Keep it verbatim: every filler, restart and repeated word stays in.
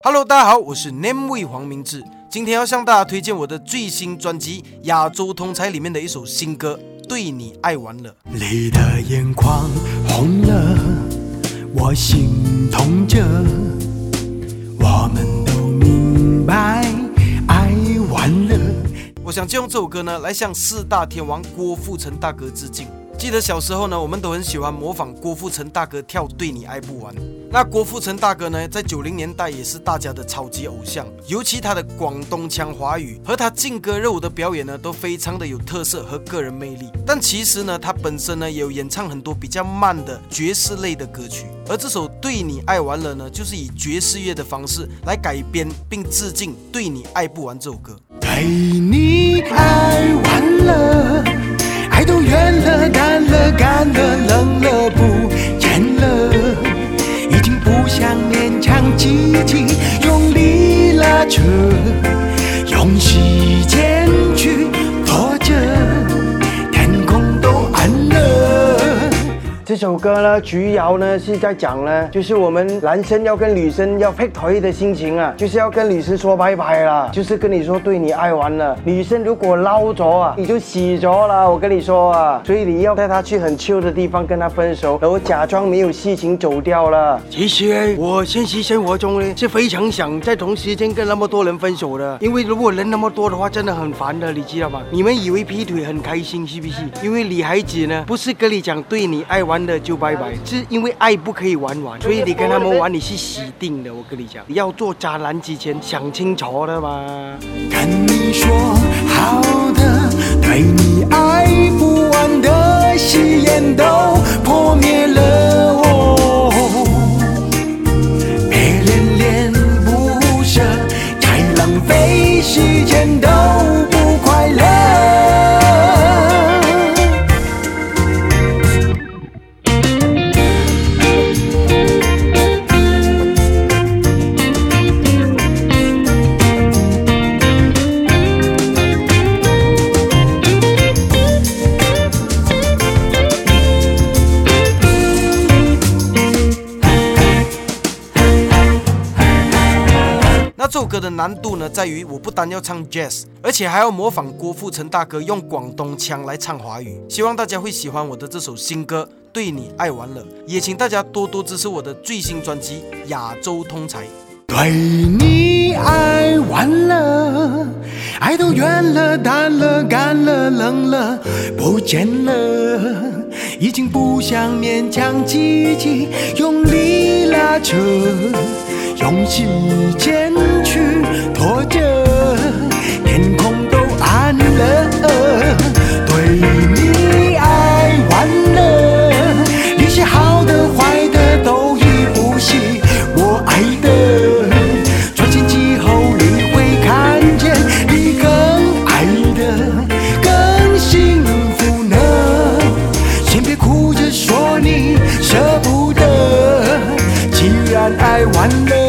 Hello， 大家好，我是 Nameway 黄明志，今天要向大家推荐我的最新专辑《亚洲通才》里面的一首新歌《对你爱完了》。 你的眼眶红了，我心痛着，我们都明白爱完了。 我想借用这首歌呢，来向四大天王郭富城大哥致敬。记得小时候呢，我们都很喜欢模仿郭富城大哥跳《对你爱不完》。那郭富城大哥呢，在九零年代也是大家的超级偶像，尤其他的广东腔华语和他劲歌热舞的表演呢，都非常的有特色和个人魅力。但其实呢，他本身呢也有演唱很多比较慢的爵士类的歌曲，而这首《对你爱完了》呢，就是以爵士乐的方式来改编并致敬《对你爱不完》这首歌。 对你爱完了，爱都远了，淡了，干了，冷了，不见了，已经不想勉强自己，用力拉扯，用时间去拖着，天空都暗了。 这首歌呢，主要呢是在讲呢，就是我们男生要跟女生要劈腿的心情啊，就是要跟女生说拜拜啦，就是跟你说对你爱完了。女生如果捞着啊，你就死着了，我跟你说啊，所以你要带她去很chill的地方跟她分手，然后假装没有事情走掉了。其实我现实生活中呢是非常想在同时间跟那么多人分手的，因为如果人那么多的话，真的很烦的，你知道吗？你们以为劈腿很开心是不是？因为女孩子呢不是跟你讲对你爱完的就拜拜，是因为爱不可以玩完，所以你跟他们玩你是死定的。我跟你讲，要做渣男之前想清楚的嘛。 跟你说好的，对你爱不完的誓言都破灭了哦，别恋恋不舍，太浪费时间都不快乐。 那这首歌的难度呢，在于我不单要唱 jazz， 而且还要模仿郭富城大哥用广东腔来唱华语。希望大家会喜欢我的这首新歌《对你爱完了》，也请大家多多支持我的最新专辑《亚洲通才》。 对你爱完了，爱都远了，淡了，干了，冷了，不见了，已经不想勉强自己，用力拉扯，用时间去拖着，天空都暗了。对你爱完了，你是好的坏的都已不是我爱的，转身之后你会看见你更爱的更幸福呢。先别哭着说你舍不得，既然爱完了